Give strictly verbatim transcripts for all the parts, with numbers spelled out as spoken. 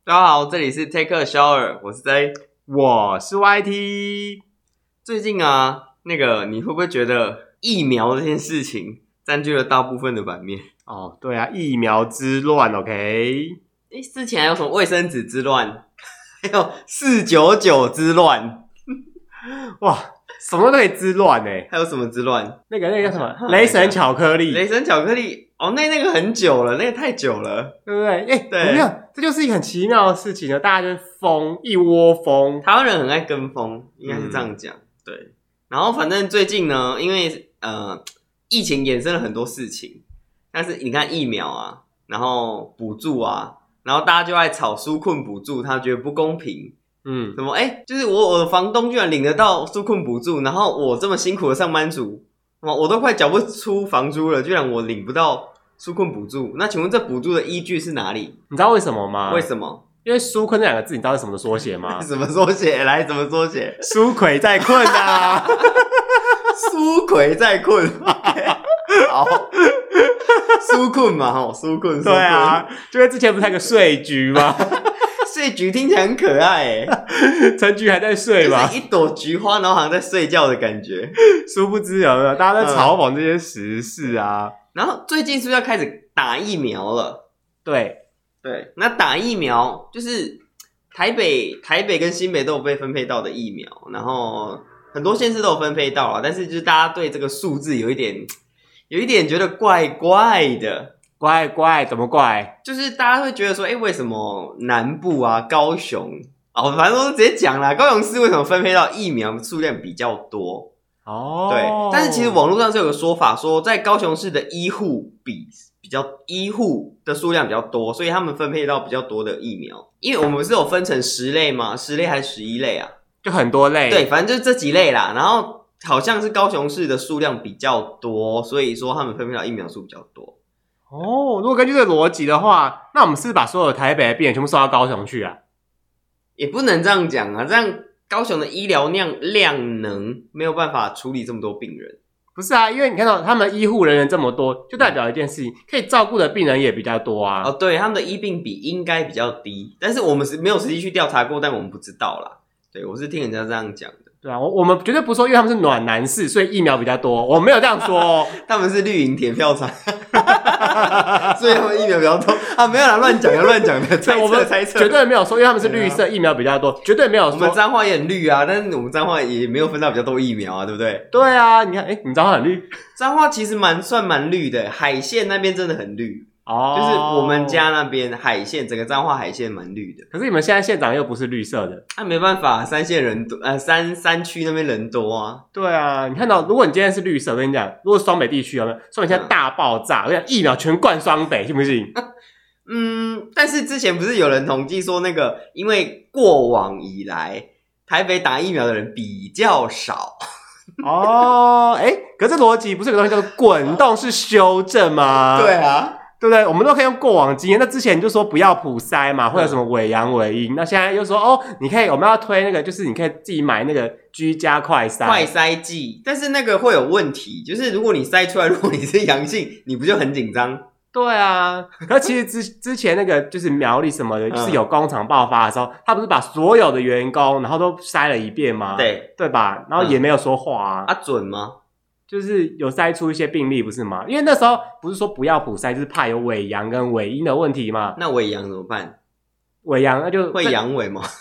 大家好，这里是 Take a Shower， 我是 Z， 我是 Y T。 最近啊，那个你会不会觉得疫苗这件事情占据了大部分的版面？ 哦，对啊，疫苗之乱 ，OK。 诶，之前还有什么卫生纸之乱，还有四九九之乱， 哇，什么都可以之乱哎！ 还有什么之乱？ 那个那个叫什么？雷神巧克力， 雷神巧克力哦，那那个很久了，那个太久了， 对不对？哎， 对， 我没有，这就是一个很奇妙的事情呢。大家就是疯，一窝蜂。 台湾人很爱跟风，应该是这样讲、嗯。对，然后反正最近呢，因为呃疫情衍生了很多事情，但是你看疫苗啊，然后补助啊。然后大家就爱炒纾困补助，他觉得不公平，嗯，什么哎，就是我我的房东居然领得到纾困补助，然后我这么辛苦的上班族，我都快缴不出房租了，居然我领不到纾困补助，那请问这补助的依据是哪里？ 你知道为什么吗？ 为什么？ 因为纾困这两个字，你知道是什么的缩写吗？ 什么缩写？来，怎么缩写？ 纾困在困啊！ 纾困在困，好。纾困嘛，吼，纾困， 对啊，就跟之前不是还有个税局吗？ 税局听起来很可爱诶， 陈局还在睡嘛， 就是一朵菊花，然后好像在睡觉的感觉。 殊不知有没有大家在嘲讽这些时事啊、嗯？ 然后最近是不是要开始打疫苗了？ 对对，那打疫苗就是台北、台北跟新北都有被分配到的疫苗，然后很多县市都有分配到啊，但是就是大家对这个数字有一点。有一点觉得怪怪的， 怪怪怎么怪？ 就是大家会觉得说，哎、欸，为什么南部啊、高雄哦，反正都直接讲啦，高雄市为什么分配到疫苗数量比较多？哦，对，但是其实网络上是有个说法说，在高雄市的医护比比较医护的数量比较多，所以他们分配到比较多的疫苗。因为我们不是有分成十类吗？十类还是十一类啊？ 就很多类， 对，反正就是这几类啦，然后。好像是高雄市的数量比较多，所以说他们分配到疫苗数比较多。 哦，如果根据这个逻辑的话，那我们是不是把所有台北的病人全部送到高雄去啊？ 也不能这样讲啊，这样高雄的医疗量量能没有办法处理这么多病人。 不是啊，因为你看到他们医护人员这么多，就代表一件事情，可以照顾的病人也比较多啊。 哦，对，他们的医病比应该比较低，但是我们是没有实际去调查过，但我们不知道啦。对，我是听人家这样讲的。 对啊，我我们绝对不说，因为他们是暖男士，所以疫苗比较多。我没有这样说、哦， 他们是绿营铁票厂，所以他们疫苗比较多啊，没有啦，乱讲的，乱讲的，猜测猜测， 绝对没有说，因为他们是绿色，疫苗比较多，绝对没有说。 我们彰化也很绿啊，但是我们彰化也没有分到比较多疫苗啊，对不对？ 对啊，你看，哎，你彰化很绿， 彰化其实蛮算蛮绿的，海线那边真的很绿。哦，就是我们家那边海线，整个彰化海线蛮绿的。 可是你们现在县长又不是绿色的， 那、啊、没办法，三线人多，呃，山山区那边人多啊。 对啊，你看到，如果你今天是绿色，我跟你讲，如果双北地区有没有？双北现在大爆炸，我跟你讲，疫苗全灌双北，信不信？ 嗯，但是之前不是有人统计说，那个因为过往以来台北打疫苗的人比较少。 哦，哎，可是逻辑不是有个东西叫做滚动式修正吗？ 对啊。 对不对？我们都可以用过往经验。那之前你就说不要普筛嘛，会有什么伪阳伪阴？那现在又说哦，你可以，我们要推那个，就是你可以自己买那个居家快筛快筛剂，但是那个会有问题，就是如果你筛出来，如果你是阳性，你不就很紧张？ 对啊，可是其实之之前那个就是苗栗什么的，就是有工厂爆发的时候，他不是把所有的员工然后都筛了一遍吗？ 对对吧？然后也没有说话啊， 啊准吗？ 就是有筛出一些病例，不是吗？因为那时候不是说不要普筛，就是怕有伪阳跟伪阴的问题嘛。 那伪阳怎么办？ 伪阳那就会阳痿吗？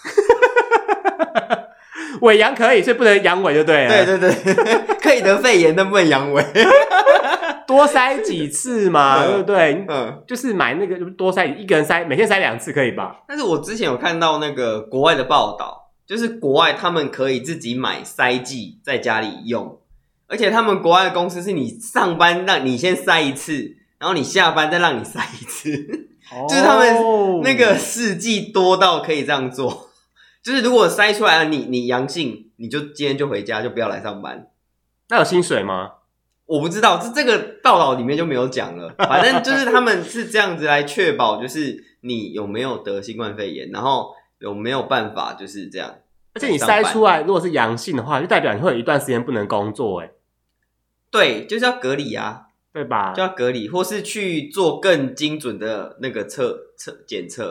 伪阳可以，所以不能阳痿就对了。 对对对，可以得肺炎，但不能阳痿。 多筛几次嘛，对不对？ 嗯， 就是买那个多筛，一个人筛，每天筛两次可以吧？ 但是我之前有看到那个国外的报道，就是国外他们可以自己买筛剂在家里用。而且他们国外的公司是你上班让你先筛一次，然后你下班再让你筛一次，哦、就是他们那个试剂多到可以这样做。就是如果筛出来了你你阳性，你就今天就回家，就不要来上班。 那有薪水吗？ 我不知道，这这个报道里面就没有讲了。反正就是他们是这样子来确保，就是你有没有得新冠肺炎，然后有没有办法就是这样。 而且你筛出来如果是阳性的话，就代表你会有一段时间不能工作，哎。 对，就是要隔离啊， 对吧？ 就要隔离，或是去做更精准的那个测测检测。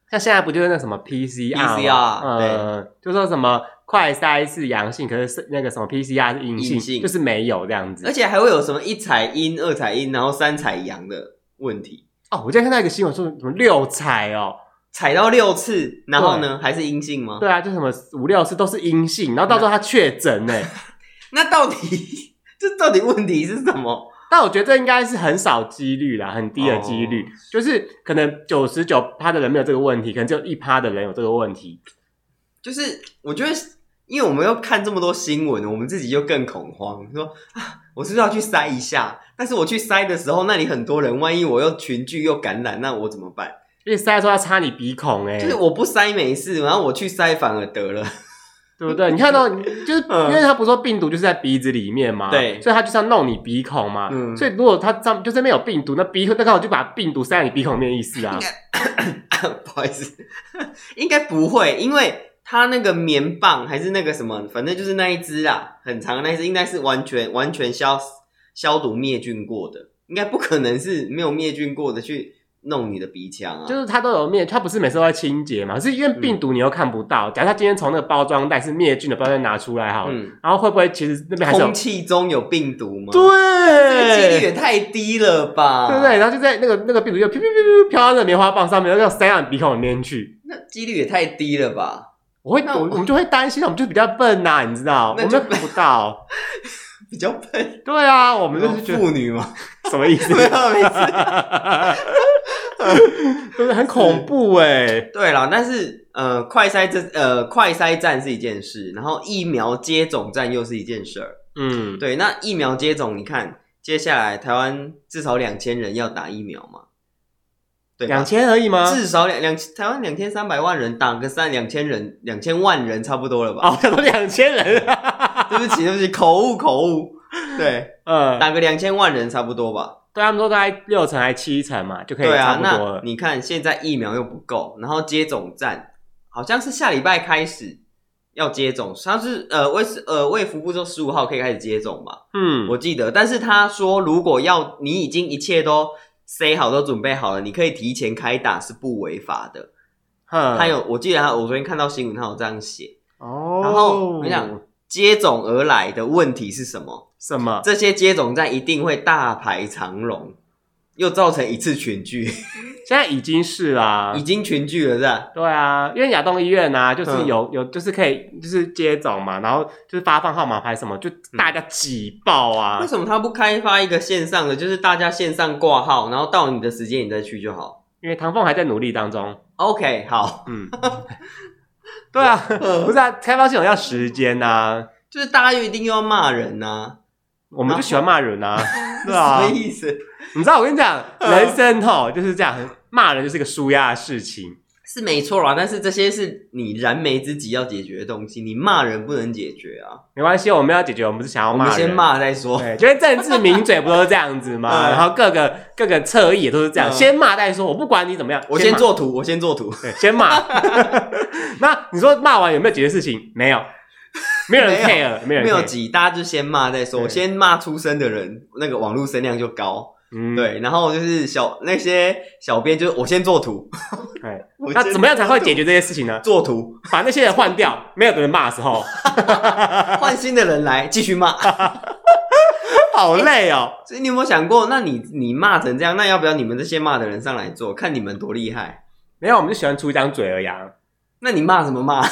像现在不就是那什么 P C R 吗 P C R 呃，就说什么快筛是阳性，可是那个什么 P C R 是阴性， 阴性就是没有这样子。 而且还会有什么一采阴、二采阴，然后三采阳的问题。 哦，我今天看到一个新闻说什么六采哦， 采到六次，然后呢还是阴性吗？ 对啊，就什么五六次都是阴性，然后到时候他确诊呢。 那到底这到底问题是什么？ 但我觉得这应该是很少几率啦，很低的几率，哦、就是可能九十九趴的人没有这个问题，可能只有一趴的人有这个问题。 就是我觉得，因为我们要看这么多新闻，我们自己就更恐慌，说啊，我是不是要去筛一下？但是我去筛的时候，那里很多人，万一我又群聚又感染，那我怎么办？ 因为筛的时候要插你鼻孔哎、欸， 就是我不筛没事，然后我去筛反而得了。 对不对？你看到就是因为他不是说病毒就是在鼻子里面嘛， 对， 所以他就是要弄你鼻孔嘛。嗯，所以如果他上就这边有病毒，那鼻那刚好就把病毒塞在你鼻孔里面的意思啊。 不好意思，应该不会，因为他那个棉棒还是那个什么，反正就是那一支啦，很长的那一支，应该是完全完全消消毒灭菌过的，应该不可能是没有灭菌过的去弄你的鼻腔啊。 就是它都有灭，它不是每次都在清洁嘛，是因为病毒你又看不到。嗯、假如他今天从那个包装袋是灭菌的包装袋拿出来好了，嗯、然后会不会其实那边还是有空气中有病毒吗？ 对， 这个几率也太低了吧？ 对不对？然后就在那个那个病毒就飘飘飘飘到那个棉花棒上面，然后塞到你鼻孔里面去， 那几率也太低了吧？ 我会，我我们就会担心，我们就比较笨呐、啊，你知道，我们看不到。 比较笨， 对啊，我们就是觉得妇女嘛， 什么意思？ 没有，没事， 就是很恐怖哎、欸。 对啦，但是呃，快筛这呃快筛站是一件事，然后疫苗接种站又是一件事儿。嗯，对，那疫苗接种，你看接下来台湾至少两千人要打疫苗嘛？对， 两千而已吗？ 至少两两台湾两千三百万人打个三两千人，两千万人差不多了吧？ 哦，差不多两千人， 对不起，对不起，口误口误。对，嗯，打个两千万人差不多吧？ 对，他们说大概六成还七成嘛，就可以差不多了。 对啊，那你看现在疫苗又不够，然后接种站好像是下礼拜开始要接种，他是呃卫呃卫福部说十五号可以开始接种嘛？嗯，我记得，但是他说如果要你已经一切都塞好都准备好了，你可以提前开打是不违法的。他有，我记得他，我昨天看到新闻，他有这样写。哦，然后我跟你讲，接踵而来的问题是什么？ 什么？ 这些接种站一定会大排长龙，又造成一次群聚。 现在已经是啦， 已经群聚了是吧？ 对啊，因为亚东医院啊，就是有、嗯、有就是可以就是接种嘛，然后就是发放号码牌什么，就大家挤爆啊、 嗯。为什么他不开发一个线上的，就是大家线上挂号，然后到你的时间你再去就好？ 因为唐凤还在努力当中。 OK， 好，嗯， 对啊，不是啊，开发系统要时间啊， 就是大家又一定又要骂人啊， 我们就喜欢骂人啊，对啊， 什么意思？ 你知道我跟你讲，人生吼就是这样，骂人就是个抒压的事情， 是没错啦。但是这些是你燃眉之急要解决的东西，你骂人不能解决啊。 没关系，我们要解决，我们是想要骂人， 我们先骂再说。 对，就是政治名嘴不都是这样子吗？嗯、然后各个各个侧翼也都是这样，嗯、先骂再说。我不管你怎么样， 我先做图，我先做图， 对，先骂。那你说骂完有没有解决事情？没有。没有人 care， 没有人 care 没有急，大家就先骂再说。先骂出声的人，那个网络声量就高。嗯，对，然后就是小那些小编，就是我先做图。 哎，那怎么样才会解决这些事情呢？ 做图， 把那些人换掉，没有人骂的时候， 换新的人来继续骂。 好累哦。 所以你有没有想过，那你你骂成这样，那要不要你们这些骂的人上来做，看你们多厉害？ 没有，我们就喜欢出一张嘴而已啊。 那你骂什么骂？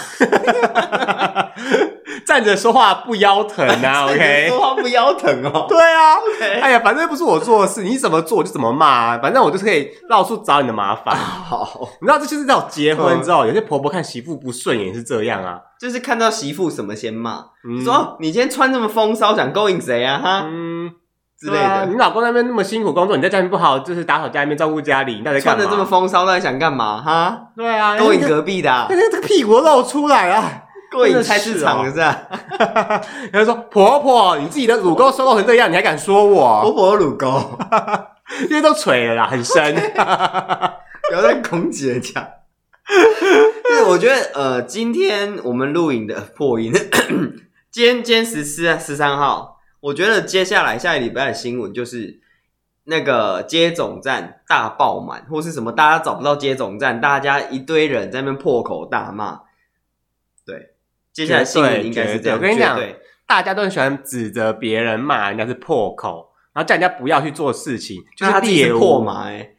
站着说话不腰疼啊 ，OK？ 说话不腰疼哦。 对啊 ，OK。 哎呀，反正不是我做的事，你怎么做我就怎么骂啊，反正我就是可以到处找你的麻烦。 好， 你知道这就是那种结婚之后，嗯、有些婆婆看媳妇不顺眼是这样啊， 就是看到媳妇什么先骂，嗯、说你今天穿这么风骚，想勾引谁啊？哈，嗯。之类的、啊， 你老公那边那么辛苦工作，你在家里面不好，就是打扫家里面、照顾家里，你到底干嘛？ 穿的这么风骚，到底想干嘛？哈， 对啊， 勾引隔壁的、啊， 那个这个屁股都露出来啊， 勾引菜市场的是吧？ 他说：“婆婆，你自己的乳沟收到成这样，你还敢说我？ 婆婆的乳沟， 因为都垂了啦，很深。 不要再攻击人家。对，我觉得呃，今天我们录影的破音，今天今天十四十三号。”我觉得接下来下一礼拜的新闻就是那个接种站大爆满，或是什么大家找不到接种站，大家一堆人在那边破口大骂。对，接下来新闻应该是这样。 我跟你讲，大家都很喜欢指责别人骂人家是破口，然后叫人家不要去做事情，就是他自己是破马哎。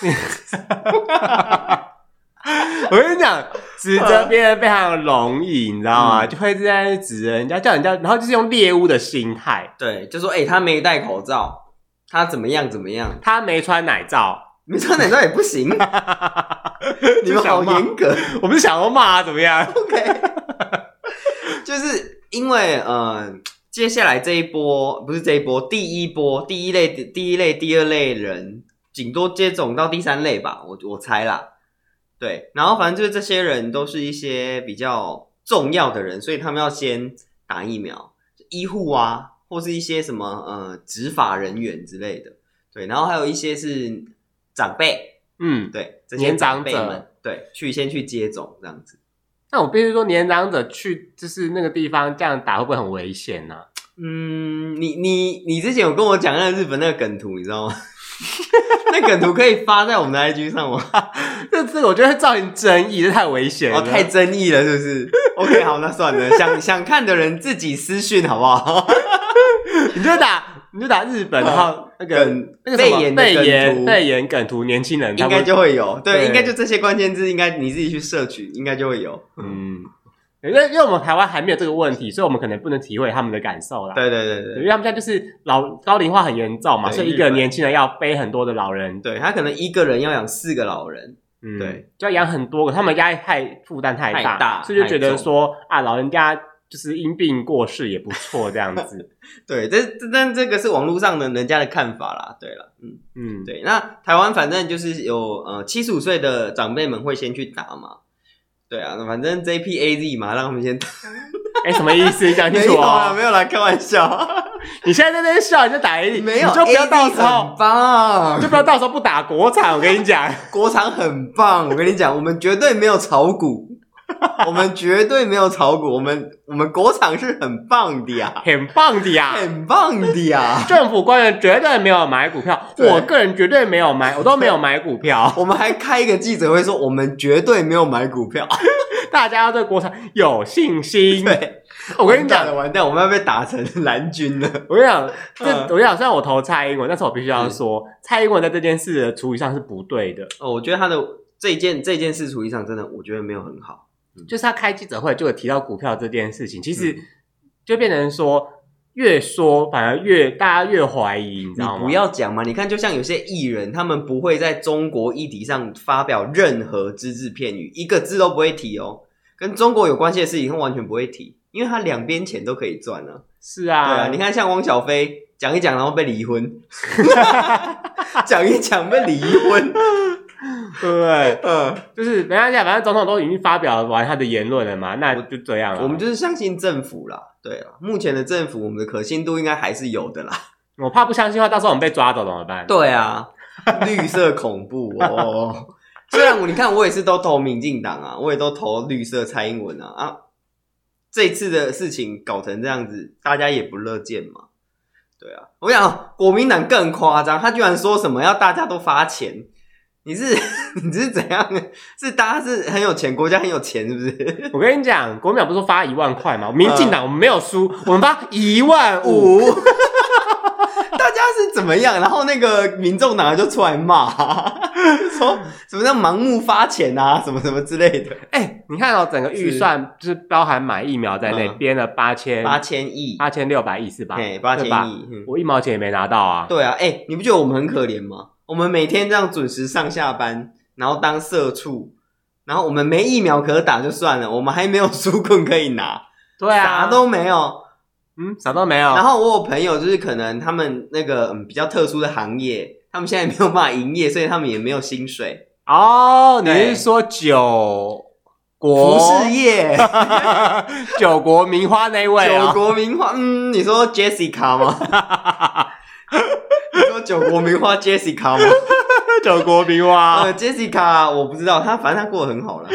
我跟你讲，指责别人非常容易，你知道吗？嗯、就会在指责人家，叫人家，然后就是用猎物的心态， 对，就说哎、欸，他没戴口罩，他怎么样怎么样， 他没穿奶罩， 没穿奶罩也不行，你们好严格， 我们是想要骂怎么样 ？OK， 就是因为呃，接下来这一波不是这一波，第一波第一类第一类第二类人，顶多接种到第三类吧，我我猜啦。对，然后反正就是这些人都是一些比较重要的人，所以他们要先打疫苗，医护啊，或是一些什么呃执法人员之类的。对，然后还有一些是长辈， 嗯， 对，这些长辈们，对，去先去接种这样子。 那我必须说，年长者去就是那个地方这样打，会不会很危险呢、啊？ 嗯，你你你之前有跟我讲那个日本那个梗图，你知道吗？那梗图可以发在我们的 I G 上吗？ 这这个我觉得会造成争议，这太危险了。 哦，太争议了，是不是 ？OK， 好，那算了，想想看的人自己私讯好不好？ 你就打，你就打日本，然后那个那个肺炎肺炎肺炎梗图，年轻人应该就会有，对， 对应该就这些关键字，应该你自己去摄取，应该就会有， 嗯。因为因为我们台湾还没有这个问题，所以我们可能不能体会他们的感受啦。 对对对对， 因为他们现在就是老高龄化很严重嘛，所以一个年轻人要背很多的老人， 对他可能一个人要养四个老人，嗯，对， 就要养很多个，他们压力太负担太大， 太大， 所以就觉得说啊，老人家就是因病过世也不错这样子。 对，这但这个是网络上的人家的看法啦。对了，嗯嗯，对，那台湾反正就是有呃七十五岁的长辈们会先去打嘛。对啊，反正 J P A Z 嘛，让他们先打。 哎、欸，什么意思？讲清楚啊！没有啦，开玩笑。 你现在在那边笑，你就打 A Z， 没有， 你就不要到时候很棒， 就不要到时候不打国产。我跟你讲， 国产很棒。我跟你讲，我们绝对没有炒股，我们绝对没有炒股，我们我们国产是很棒的呀， 很棒的呀， 很棒的呀。 政府官员绝对没有买股票，我个人绝对没有买，我都没有买股票。 我们还开一个记者会说，我们绝对没有买股票。 大家要对国产有信心。 对， 我跟你讲， 完蛋，我们要被打成蓝军了。 我跟你讲，这、嗯、我跟你讲，虽然我投蔡英文，但是我必须要说，嗯、蔡英文在这件事的处理上是不对的。 哦，我觉得他的这件这件事处理上真的，我觉得没有很好。 嗯、就是他开记者会就有提到股票这件事情，其实就变成说。越说反而越大家越怀疑，你知道吗？ 你不要讲嘛！你看，就像有些艺人，他们不会在中国议题上发表任何只字片语，一个字都不会提哦。跟中国有关系的事情，他完全不会提，因为他两边钱都可以赚啊。 是啊， 对啊，你看像汪小菲讲一讲，然后被离婚，讲一讲被离婚。 对不对？嗯，就是没关系，反正总统都已经发表完他的言论了嘛，那就这样了。 我们就是相信政府啦，对啦，目前的政府我们的可信度应该还是有的啦。 我怕不相信的话，到时候我们被抓走怎么办？ 对啊，绿色恐怖哦。虽然我你看我也是都投民进党啊，我也都投绿色蔡英文啊啊，这次的事情搞成这样子，大家也不乐见嘛。对啊，我想国民党更夸张，他居然说什么要大家都发钱。你是你是怎样？是大家是很有钱，国家很有钱，是不是？ 我跟你讲，国民党不是说发一万块吗？民进党我们没有输，呃、我们发一万五。 大家是怎么样？然后那个民众党就出来骂，说什么叫盲目发钱啊，什么什么之类的。 哎、欸，你看哦，整个预算就是包含买疫苗在内，编、嗯、了八千八千亿， 八千六百亿是吧？ 对，八千亿、嗯， 我一毛钱也没拿到啊。 对啊，哎、欸，你不觉得我们很可怜吗？我们每天这样准时上下班，然后当社畜，然后我们没疫苗可打就算了，我们还没有纾困可以拿， 对啊， 啥都没有， 嗯，啥都没有。 然后我有朋友就是可能他们那个嗯比较特殊的行业，他们现在没有办法营业，所以他们也没有薪水。 哦，你是说酒国服饰业九国名花那位啊？ 九国名花，嗯，你说 Jessica 吗？你说九国名花 Jessica 吗？ 九国名花， 呃 ，Jessica 我不知道，她反正她过得很好了。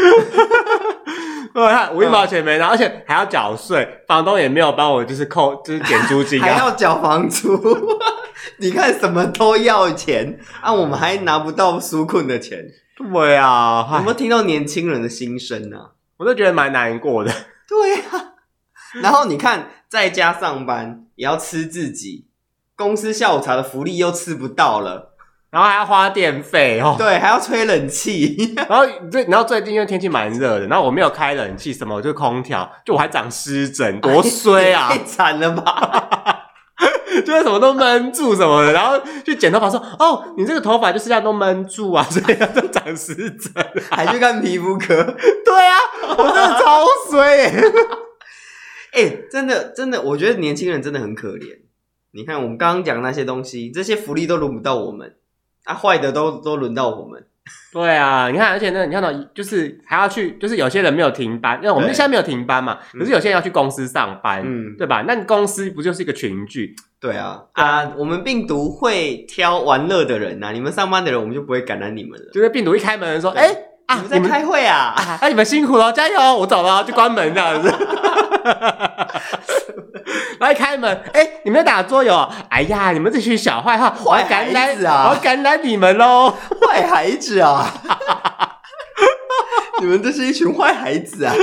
我一毛钱没拿，而且还要缴税，房东也没有帮我就是扣，就是减租金、啊， 还要缴房租。 你看什么都要钱啊，我们还拿不到纾困的钱。 对啊， 有没有听到年轻人的心声啊？ 我都觉得蛮难过的。 对啊，然后你看在家上班也要吃自己，公司下午茶的福利又吃不到了， 然后还要花电费哦， 对，还要吹冷气， 然后最然后最近因为天气蛮热的，然后我没有开冷气什么，我就空调，就我还长湿疹，多衰啊！ 太惨了吧！ 就是什么都闷住什么的，然后去剪头发说：“哦，你这个头发就是这样都闷住啊，所以它就长湿疹。” 还去看皮肤科。 对啊，我真的超衰耶！ 哎、欸，真的真的，我觉得年轻人真的很可怜。你看我们刚刚讲那些东西，这些福利都轮不到我们，啊，坏的都都轮到我们。 对啊，你看，而且呢，你看到就是还要去，就是有些人没有停班，因为我们现在没有停班嘛，可是有些人要去公司上班，嗯，对吧？那你公司不就是一个群聚？ 对啊，啊，我们病毒会挑玩乐的人啊，你们上班的人我们就不会感染你们了。 就是病毒一开门说，哎、欸、啊， 你们在开会啊？ 啊，啊你们辛苦了，加油！我走了，就关门这样子。来开门，哎、欸，你们在打桌游？哎呀，你们这群小坏话， 坏孩子啊！ 我要感染你们喽！ 坏孩子啊！你们这是一群坏孩子啊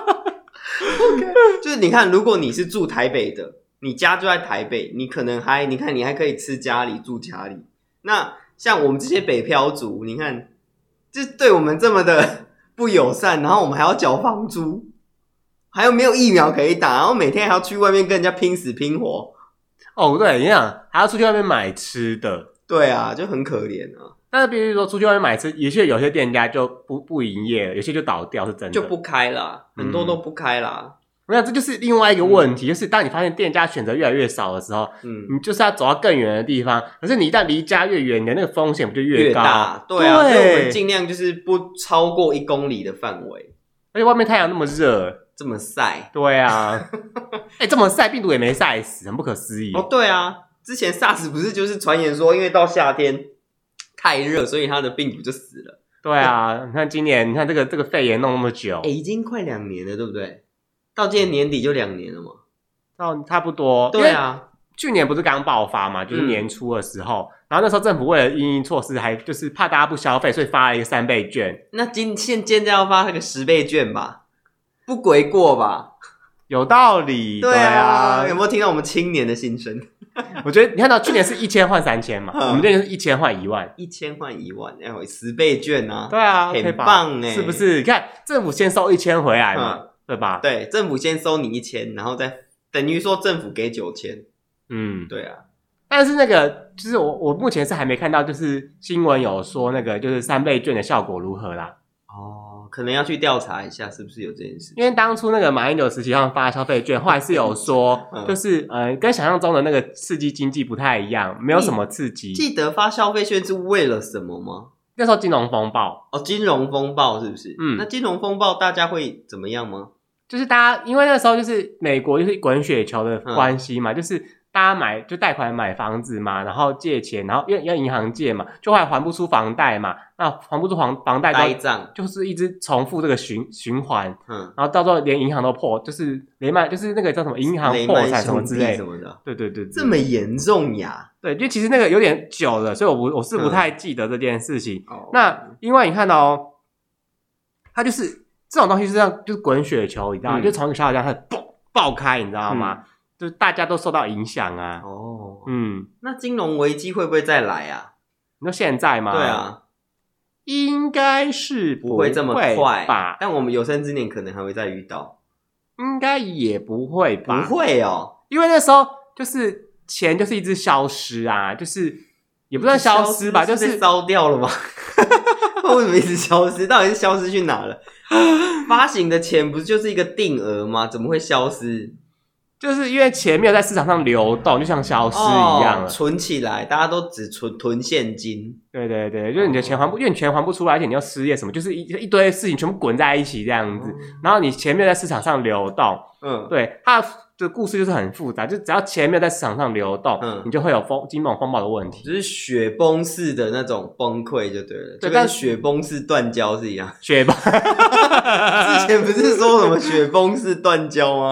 ！OK， 就是你看，如果你是住台北的，你家就在台北，你可能还你看你还可以吃家里住家里。那像我们这些北漂族，你看，就对我们这么的不友善，然后我们还要缴房租。还有没有疫苗可以打，然后每天还要去外面跟人家拼死拼活。 哦，对，你想还要出去外面买吃的。 对啊，就很可怜啊。 但是比如说出去外面买吃，有些有些店家就不不营业了，有些就倒掉，是真的就不开啦，很多都不开啦。 我想这就是另外一个问题，嗯、就是当你发现店家选择越来越少的时候，嗯，你就是要走到更远的地方。可是你一旦离家越远，你的那个风险不就越高？ 越大。对啊，所以我们尽量就是不超过一公里的范围。 而且外面太阳那么热。 这么晒， 对啊，哎、欸，这么晒，病毒也没晒死，很不可思议。 哦，对啊，之前 SARS 不是就是传言说，因为到夏天太热，所以它的病毒就死了。 对啊，你看今年，你看这个这个肺炎弄那么久， 哎、欸，已经快两年了，对不对？到今年年底就两年了嘛。 到差不多。 对啊， 去年不是刚爆发嘛，就是年初的时候，嗯、然后那时候政府为了因应措施，还就是怕大家不消费，所以发了一个三倍券。 那今现现在要发那个十倍券吧？不为过吧？ 有道理。 对 啊, 对啊，有没有听到我们青年的心声？ 我觉得你看到去年是一千换三千嘛，我们这年是一千换一万， 一千换一万，哎，十倍券啊！ 对啊， 很棒哎， 是不是？你看政府先收一千回来嘛，对吧？ 对，政府先收你一千，然后再等于说政府给九千。嗯，对啊。 但是那个就是我我目前是还没看到，就是新闻有说那个就是三倍券的效果如何啦。 哦，可能要去调查一下是不是有这件事， 因为当初那个马英九时期他们发消费券，后来是有说，嗯、就是呃，跟想象中的那个刺激经济不太一样，没有什么刺激。 记得发消费券是为了什么吗？ 那时候金融风暴哦，金融风暴是不是？嗯，那金融风暴大家会怎么样吗？ 就是大家因为那时候就是美国就是滚雪球的关系嘛，嗯、就是。大家买就贷款买房子嘛，然后借钱，然后要要银行借嘛，就还还不出房贷嘛，那还不出房房贷， 呆账就是一直重复这个循循环，嗯，然后到时候连银行都破，就是雷曼就是那个叫什么银行破产什么之类什么的， 对对 对, 对， 这么严重呀？ 对，因为其实那个有点久了，所以我不我是不太记得这件事情。嗯、那因为你看到、哦，它就是这种东西是这样，就是滚雪球，你知道吗？嗯、就从一个小小家它爆爆开，你知道吗？嗯就是大家都受到影响啊。 哦，嗯，那金融危机会不会再来啊？ 你说现在吗？ 对啊， 应该是不会这么快吧？但我们有生之年可能还会再遇到。 应该也不会吧？ 不会哦， 因为那时候就是钱就是一直消失啊，就是也不算消失吧， 是就是烧掉了吗？为什么一直消失？到底是消失去哪了？发行的钱不是就是一个定额吗？怎么会消失？ 就是因为钱没有在市场上流动，就像消失一样了。 哦、存起来，大家都只存囤现金。 对对对，就是你的钱还不，因为你钱还不出来，而且你要失业什么，就是一一堆事情全部滚在一起这样子。哦、然后你钱没有在市场上流动，嗯，对，它的故事就是很复杂，就只要钱没有在市场上流动，嗯，你就会有风金融风暴的问题， 就是雪崩式的那种崩溃就对了，对，就跟雪崩式断交是一样。 雪崩， 之前不是说什么雪崩式断交吗？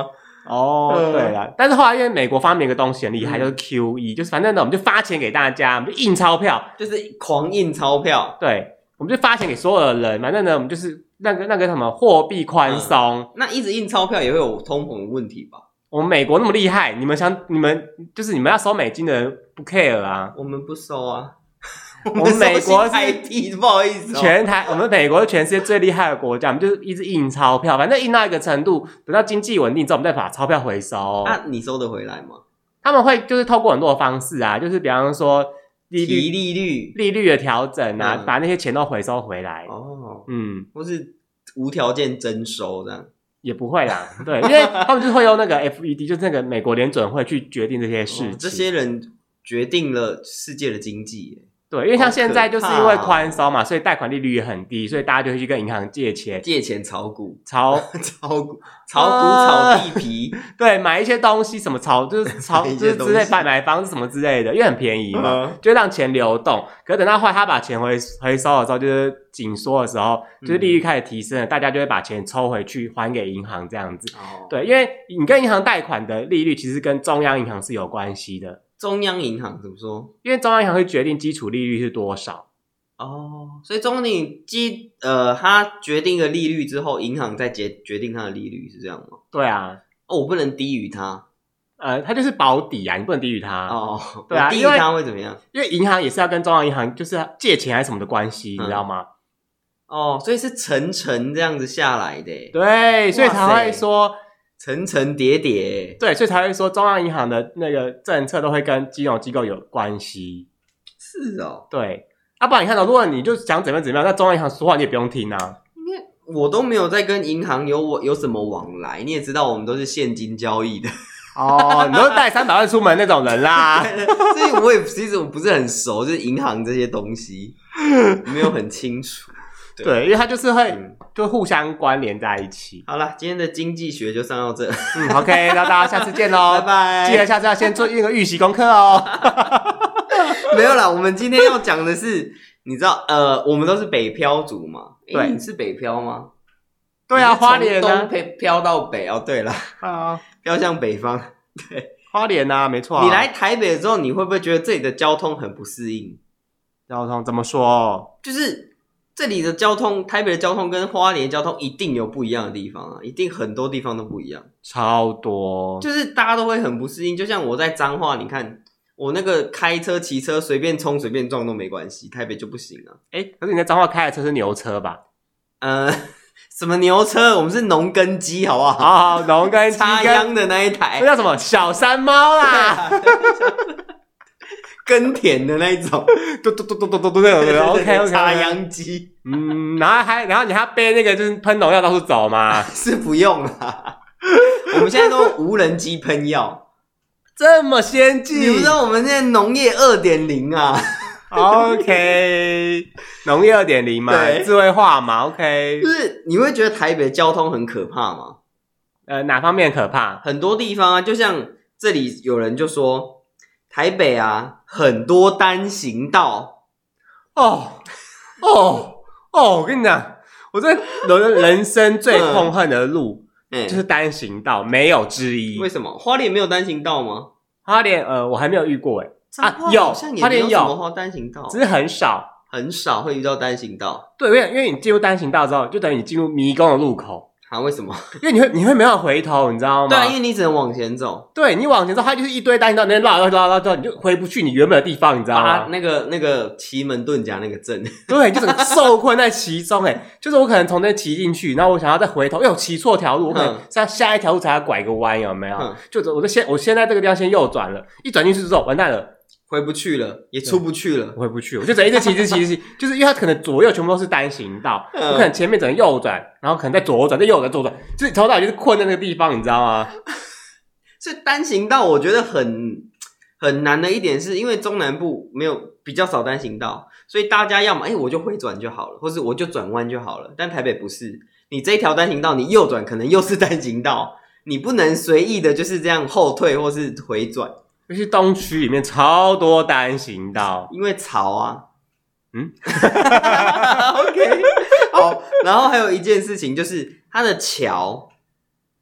哦， 嗯对啦，但是后来因为美国发明一个东西很厉害， 嗯就是 Q E， 就是反正呢，我们就发钱给大家，我们就印钞票， 就是狂印钞票。 对，我们就发钱给所有的人，反正呢，我们就是那个那个什么货币宽松、 嗯。那一直印钞票也会有通膨的问题吧？ 我们美国那么厉害，你们想你们就是你们要收美金的人不 care 啊？ 我们不收啊。 我们美国是台币，不好意思、哦， 全台我们美国是全世界最厉害的国家，我们就是一直印钞票，反正印到一个程度，等到经济稳定之后，我们再把钞票回收。 那、啊、你收得回来吗？ 他们会就是透过很多的方式啊，就是比方说利率、 提利率、 利率的调整啊、嗯，把那些钱都回收回来。 哦， 嗯， 或是无条件征收这样。 也不会啦，对，因为他们就会用那个 F E D， 就是那个美国联准会去决定这些事情。哦、 这些人决定了世界的经济耶。 对，因为像现在就是因为宽松嘛，所以贷款利率也很低，所以大家就会去跟银行借钱， 借钱炒股、 炒炒股、炒股、炒地皮， 对，买一些东西，什么炒就是炒就是之类买买房子什么之类的，因为很便宜嘛，嗯、就让钱流动。可是等到后来他把钱回回收的时候，就是紧缩的时候，就是利率开始提升了，嗯、大家就会把钱抽回去还给银行这样子。哦、对，因为你跟银行贷款的利率其实跟中央银行是有关系的。 中央银行怎么说？ 因为中央银行会决定基础利率是多少哦，所以中央银行基呃，它决定了利率之后，银行再决决定它的利率是这样吗？ 对啊， 哦，我不能低于它， 呃，它就是保底啊，你不能低于它哦。 对啊， 低于它会怎么样？ 因为银行也是要跟中央银行就是借钱还是什么的关系，嗯、你知道吗？ 哦，所以是层层这样子下来的， 对，所以才会说。 层层叠叠， 对，所以才会说中央银行的那个政策都会跟金融机构有关系。 是哦， 对。啊，不然你看到，如果你就想怎么样怎么样，那中央银行说话你也不用听啊。 因为我都没有在跟银行有我有什么往来，你也知道我们都是现金交易的。 哦，你都带三百万出门那种人啦。 所以我也其实我不是很熟，就是银行这些东西没有很清楚。 对，对，因为它就是会、嗯、就互相关联在一起。 好啦，今天的经济学就上到这。 嗯 ，OK， 那大家下次见喽， 拜拜。 记得下次要先做那个预习功课哦。 没有啦，我们今天要讲的是，你知道，呃，我们都是北漂族嘛。对，你是北漂吗？ 对啊，花莲啊，东漂到北哦。对了，啊，飘向北方。对， 花莲啊，没错、啊。 你来台北的时候，你会不会觉得这里的交通很不适应？ 交通怎么说？ 就是这里的交通，台北的交通跟花莲交通一定有不一样的地方啊，一定很多地方都不一样， 超多。 就是大家都会很不适应。就像我在彰化，你看我那个开车、骑车随便冲、随便撞都没关系，台北就不行啊。 哎、欸，可是你在彰化开的车是牛车吧？ 呃，什么牛车？我们是农耕机，好不好？ 好好，农耕机插秧的那一台， 那叫什么？小山猫啦。 耕田的那一种， 嘟嘟嘟嘟嘟嘟嘟那种的 ，OK OK， 插秧机， 嗯，然后还然后你还要背那个就是喷农药到处走嘛？ 是不用啦，我们现在都无人机喷药， 这么先进， 你不知道我们现在农业 二点零 啊 ？OK， 农业 二点零 嘛，智慧化嘛 ，OK， 就是你会觉得台北的交通很可怕吗？ 呃，哪方面可怕？ 很多地方啊，就像这里有人就说。台北啊，很多单行道哦哦哦！我跟你讲，我这人人生最痛恨的路、嗯、就是单行道，没有之一。 为什么？花莲没有单行道吗？ 花莲呃，我还没有遇过哎啊，有，花莲有花单行道， 只是很少， 很少会遇到单行道。 对，因为因为你进入单行道之后，就等于你进入迷宫的路口。 啊？为什么？ 因为你会你会没办法回头，你知道吗？ 对啊，因为你只能往前走。 对，你往前走，它就是一堆单行道，那边绕绕绕绕绕，你就回不去你原本的地方，你知道吗？ 啊、那个那个奇门遁甲那个阵， 对，就整个受困在其中。哎，就是我可能从那骑进去，然后我想要再回头，因为我骑错条路，我可能像下一条路才要拐个弯，有没有？嗯、就我就先我先在这个地方先右转了，一转进去之后，完蛋了。 回不去了，也出不去了， 回不去，我就整一直骑，一直骑，一直骑，就是因为它可能左右全部都是单行道，我、嗯、可能前面整个右转，然后可能再左转，再右转，左转，就是从头到尾就是困在那个地方，你知道吗？ 所以单行道我觉得很很难的一点是，因为中南部没有比较少单行道，所以大家要么哎、欸、我就回转就好了，或是我就转弯就好了。但台北不是，你这一条单行道，你右转可能又是单行道，你不能随意的就是这样后退或是回转。 尤其东区里面超多单行道， 因为潮啊。嗯，OK， 好。然后还有一件事情就是它的桥，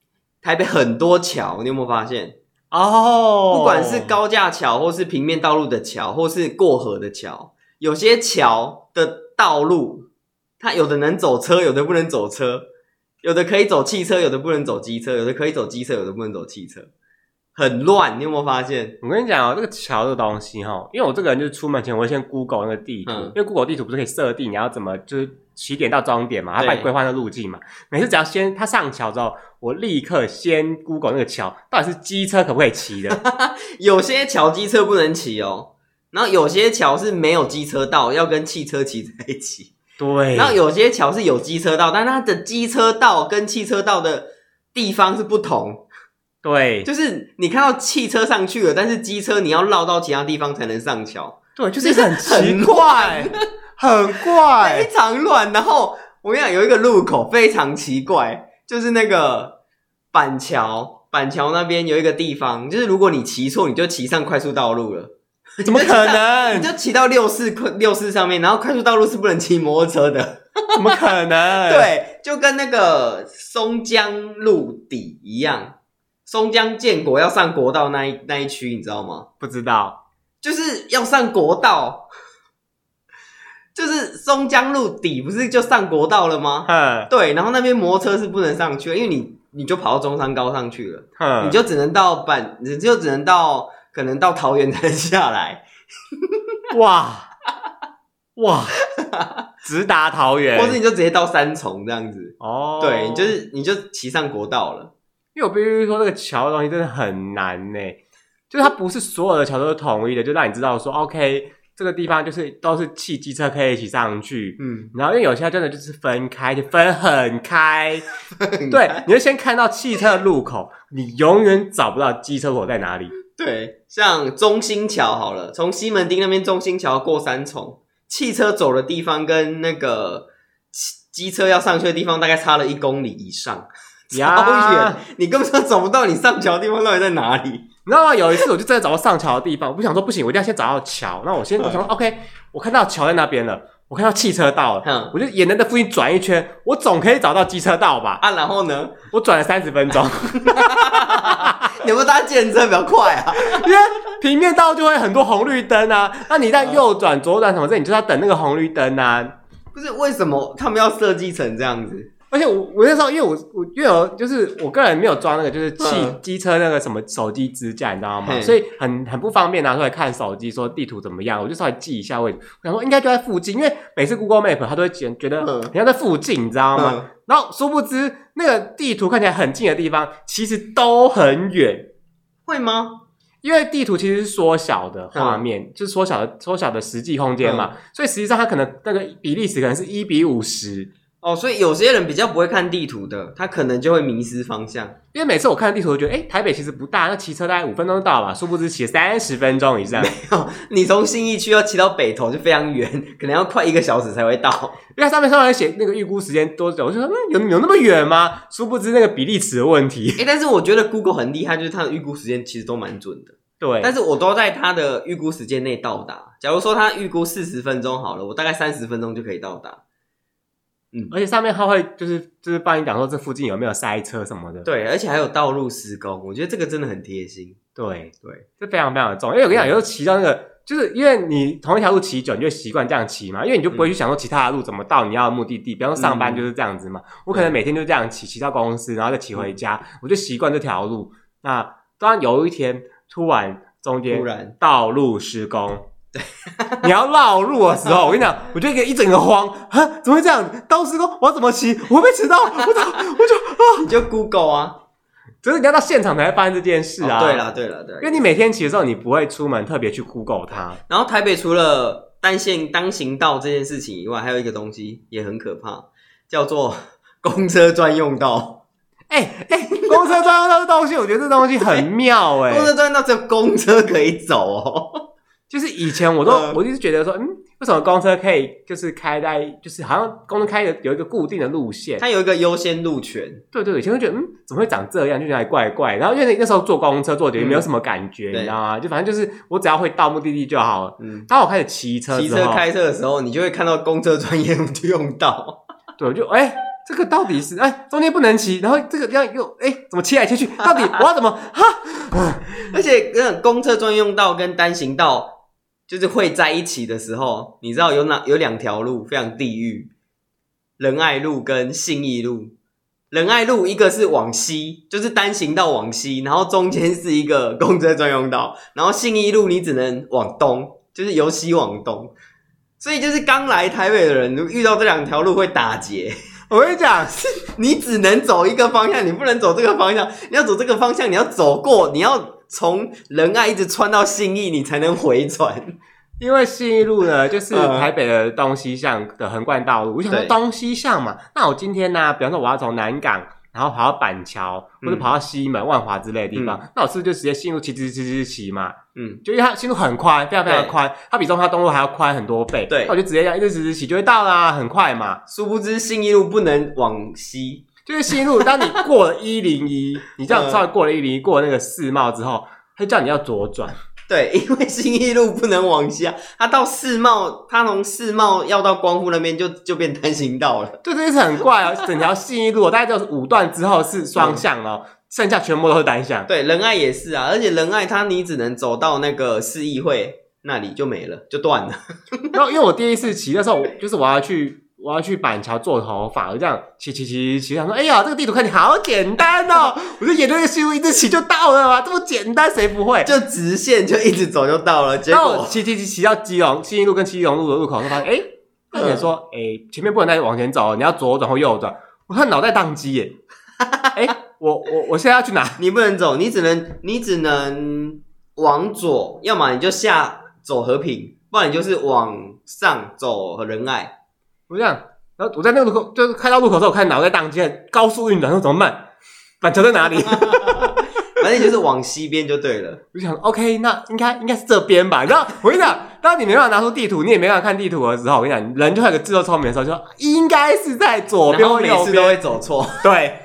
台北很多桥，你有没有发现？ 哦， 不管是高架桥，或是平面道路的桥，或是过河的桥，有些桥的道路，它有的能走车，有的不能走车，有的可以走汽车，有的不能走机车，有的可以走机车，有的不能走汽车，很乱。你有没有发现？ 我跟你讲哦，这个桥这个东西哈，因为我这个人就是出门前我会先 Google 那个地图，嗯、因为 Google 地图不是可以设定你要怎么就是起点到终点嘛，它帮你规划那路径嘛。每次只要先他上桥之后，我立刻先 Google 那个桥到底是机车可不可以骑的。 有些桥机车不能骑哦，然后有些桥是没有机车道，要跟汽车骑在一起。 对， 然后有些桥是有机车道，但它的机车道跟汽车道的地方是不同。 对， 就是你看到汽车上去了，但是机车你要绕到其他地方才能上桥。 对，就是很奇怪，很怪， 非常乱。然后我跟你讲，有一个路口非常奇怪，就是那个板桥，板桥那边有一个地方，就是如果你骑错，你就骑上快速道路了。 怎么可能？ 你就骑到六四六四上面，然后快速道路是不能骑摩托车的。 怎么可能？ 对，就跟那个松江路底一样。松江建国要上国道那一那一区，你知道吗？ 不知道， 就是要上国道，就是松江路底不是就上国道了吗？ 嗯， 对，然后那边摩托车是不能上去的，因为你你就跑到中山高上去了，嗯，你就只能到板，你就只能到可能到桃园才能下来。 哇哇，直达桃园， 或是你就直接到三重这样子。 哦， 对，就是你就骑上国道了。 因为我必须说，这个桥的东西真的很难呢，就是它不是所有的桥都是统一的，就让你知道说 ，OK， 这个地方就是都是汽机车可以一起上去，嗯，然后因为有些真的就是分开，就分很开，对，你就先看到汽车的路口，你永远找不到机车口在哪里。 对，像中兴桥好了，从西门町那边中兴桥过三重，汽车走的地方跟那个机车要上去的地方大概差了一公里以上。超远，你根本就找不到你上桥的地方到底在哪里。 你知道吗？有一次我就真的找到上桥的地方，我不想说不行，我一定要先找到桥。那我先我想说 OK， 我看到桥在那边了，我看到汽车道了，嗯，我就沿着那附近转一圈，我总可以找到机车道吧？ 啊，然后呢？ 我转了三十分钟。 你有没有搭计程车比较快啊？ 因为平面道就会很多红绿灯啊，那你在右转、左转什么的，你就要等那个红绿灯啊。 不是为什么他们要设计成这样子？ 而且我我那时候因为我我因为我就是我个人没有装那个就是汽机车那个什么手机支架，你知道吗？所以很很不方便拿出来看手机说地图怎么样，我就稍微记一下位置。我想说应该就在附近，因为每次 Google Map 它都会觉得好像在附近，你知道吗？嗯、然后殊不知那个地图看起来很近的地方，其实都很远。 会吗？ 因为地图其实是缩小的画面，嗯、就是缩小的缩小的实际空间嘛，嗯、所以实际上它可能那个比例尺可能是一比五十。 哦，所以有些人比较不会看地图的，他可能就会迷失方向。 因为每次我看地图，我觉得，哎，台北其实不大，那骑车大概五分钟就到了吧，殊不知骑了三十分钟以上。 没有，你从信义区要骑到北投就非常远，可能要快一个小时才会到。 因为它上面上面写那个预估时间多久，我就说，嗯，有有那么远吗？殊不知那个比例尺的问题。 哎，但是我觉得 Google 很厉害，就是它的预估时间其实都蛮准的。 对， 但是我都在它的预估时间内到达。假如说它预估四十分钟好了，我大概三十分钟就可以到达。 嗯，而且上面它会就是就是帮你讲说这附近有没有塞车什么的。 对，而且还有道路施工，我觉得这个真的很贴心。 对对， 这非常非常的重要。因为我跟你讲，有时候骑到那个，就是因为你同一条路骑久，你就习惯这样骑嘛，因为你就不会去想说其他的路怎么到你要的目的地。比方说上班就是这样子嘛，嗯、我可能每天就这样骑，骑到公司，然后再骑回家，嗯、我就习惯这条路。那当然有一天突然中间道路施工。对，你要绕路的时候，我跟你讲，我就一整个慌，啊，怎么会这样？道路施工，我要怎么骑？我会不会迟到？我就我就啊， 你就 Google 啊， 只是你要到现场才会发生这件事啊。 哦、对啦，对啦，对啦， 因为你每天骑的时候，你不会出门特别去 Google 它。 然后台北除了单线单行道这件事情以外，还有一个东西也很可怕，叫做公车专用道。 哎哎、欸欸，公车专用道这东西，我觉得这东西很妙哎、欸。 公车专用道只有公车可以走哦。 就是以前我都、呃、我一直觉得说，嗯，为什么公车可以就是开在就是好像公车开的有一个固定的路线， 它有一个优先路权。 对对，以前就觉得嗯怎么会长这样，就觉得怪怪。然后因为那时候坐公车坐捷运没有什么感觉，嗯、你知道吗？就反正就是我只要会到目的地就好了。嗯，当我开始骑车骑车开车的时候，你就会看到公车专用道。 对，我就哎、欸、 这个到底是哎中间不能骑，然后这个这样又哎怎么切来切去？到底我要怎么哈？ 而且那种公车专用道跟单行道就是会在一起的时候，你知道有哪有两条路非常地狱，仁爱路跟信义路。仁爱路一个是往西，就是单行道往西，然后中间是一个公车专用道，然后信义路你只能往东，就是由西往东。所以就是刚来台北的人遇到这两条路会打结。 我跟你讲， 你只能走一个方向，你不能走这个方向。你要走这个方向，你要走过，你要从仁爱一直穿到信义，你才能回转。 因为信义路呢，就是台北的东西向的横贯道路。我想说东西向嘛，那我今天呢，比方说我要从南港，然后跑到板桥，或者跑到西门、万华之类的地方，嗯、那我是不是就直接信义路骑骑骑骑骑嘛？嗯，就因为它信义路很宽，非常非常宽，它比中华东路还要宽很多倍。对，那我就直接这样一直直直骑就会到啦，很快嘛。 殊不知信义路不能往西， 就是信义路，当你过了一零一，你这样稍微过了一零一，过了那个世贸之后，它就叫你要左转。 对，因为信义路不能往下，它到世贸，它从世贸要到光复那边就就变单行道了。 对，这件事很怪啊！整条信义路大概就是五段之后是双向哦，嗯、剩下全部都是单向。 对，仁爱也是啊，而且仁爱它你只能走到那个市议会那里就没了，就断了。 然后因为我第一次骑的时候，就是我要去。我要去板桥做头发，我这样骑骑骑骑，想说，哎呀，这个地图看起来好简单哦！我就沿着那个信路一直骑就到了嘛，这么简单，谁不会？ 就直线就一直走就到了。结果骑骑骑骑到基隆信义路跟基隆路的路口，就发现，哎，他写说，哎，前面不能再往前走，你要左转或右转。我看脑袋宕机耶！哎，我我我现在要去哪？ 你不能走，你只能你只能往左，要么你就下走和平，不然你就是往上走仁爱。 我这样，然后我在那个路口，就是开到路口的时候，我看脑袋宕机，高速运转，说怎么办？板桥在哪里？ 反正就是往西边就对了。 我就想 ，OK， 那应该应该是这边吧。然后我跟你讲，当你没办法拿出地图，你也没办法看地图的时候，我跟你讲，人就会有个自作聪明的时候，就说应该是在左边或右边， 每次都会走错。 对。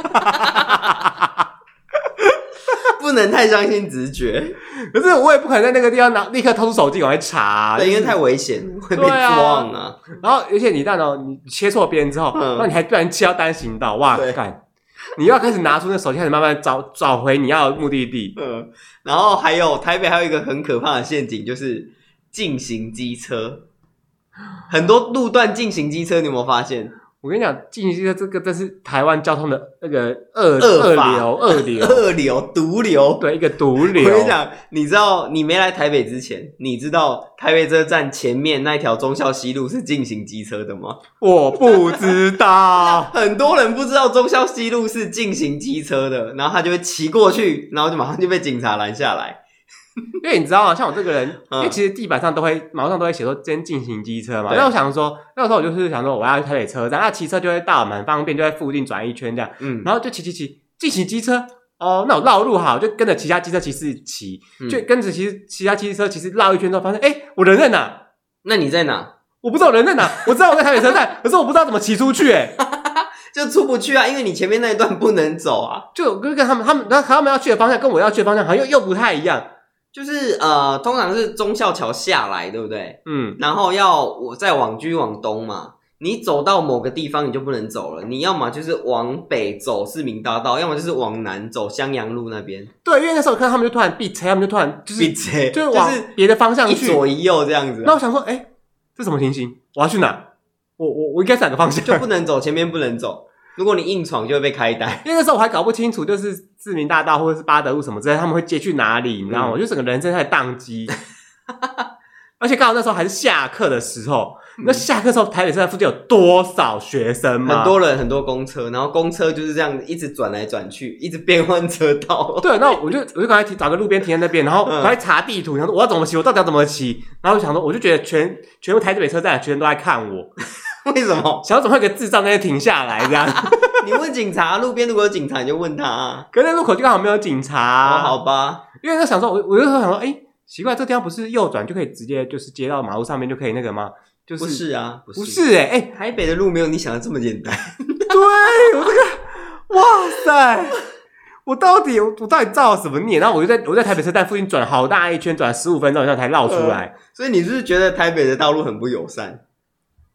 不能太相信直觉， 可是我也不可能在那个地方拿立刻掏出手机往外查、啊， 对，因为太危险，会被撞啊。 然后，而且你看哦，你切错边之后，嗯、然后你还突然切到单行道，哇，干！你又要开始拿出那手机，开始慢慢找找回你要的目的地。 嗯，然后还有台北还有一个很可怕的陷阱，就是禁行机车，很多路段禁行机车，你有没有发现？ 我跟你讲，禁行机车这个这是台湾交通的那个二二流、二流、 二流、毒瘤， 对，一个毒瘤。 我跟你讲，你知道你没来台北之前，你知道台北车站前面那条忠孝西路是禁行机车的吗？ 我不知道， 很多人不知道忠孝西路是禁行机车的，然后他就会骑过去，然后就马上就被警察拦下来。 因为你知道吗？像我这个人，嗯、因为其实地板上都会、马路上都会写说今天禁行机车嘛。那我想说，那个时候我就是想说，我要去台北车站，那骑车就会到，蛮方便，就在附近转一圈这样。嗯，然后就骑骑骑，禁行机车哦，那我绕路好，就跟着其他机车骑士骑，嗯、就跟着其其他机车骑士绕一圈之后，发现哎，我人在哪？ 那你在哪？ 我不知道我人在哪，我知道我在台北车站，可是我不知道怎么骑出去、欸，哎。 就出不去啊，因为你前面那一段不能走啊。 就跟他们他们他们要去的方向跟我要去的方向好像又又不太一样。 就是呃，通常是忠孝桥下来，对不对？嗯，然后要我再往继续往东嘛，你走到某个地方你就不能走了，你要么就是往北走市民大道，要么就是往南走襄阳路那边。 对，因为那时候我看他们就突然闭车，他们就突然就是闭车， 就是往别的方向去， 一左一右这样子。 那我想说，哎、欸，这什么情形？我要去哪？我我我应该是哪个方向？ 就不能走，前面不能走。如果你硬闯就会被开单， 因为那时候我还搞不清楚，就是市民大道或者是八德路什么之类，他们会接去哪里，你知道吗？我、嗯、就整个人生在宕机，而且刚好那时候还是下课的时候。嗯、那下课的时候，台北车站附近有多少学生吗？ 很多人，很多公车，然后公车就是这样一直转来转去，一直变换车道。 对，那我就我就赶快找个路边停在那边，然后赶快查地图，然后我要怎么骑，我到底要怎么骑？然后我想说，我就觉得全全部台北车站的学生都在看我。 为什么？ 想要怎么会有个智障在那停下来这样？ 你问警察，路边如果有警察你就问他、啊。 可是那路口就刚好没有警察、啊。 哦，好吧。 因为我想说，我我就想说，哎、欸，奇怪，这地方不是右转就可以直接就是接到马路上面就可以那个吗？就是不是啊，不是， 不是哎、欸，哎、欸， 台北的路没有你想的这么简单。 对，我这个，哇塞，我到底我我到底造了什么孽？然后我就在我在台北车站附近转好大一圈，转十五分钟以上才绕出来、 呃。所以你是不是觉得台北的道路很不友善？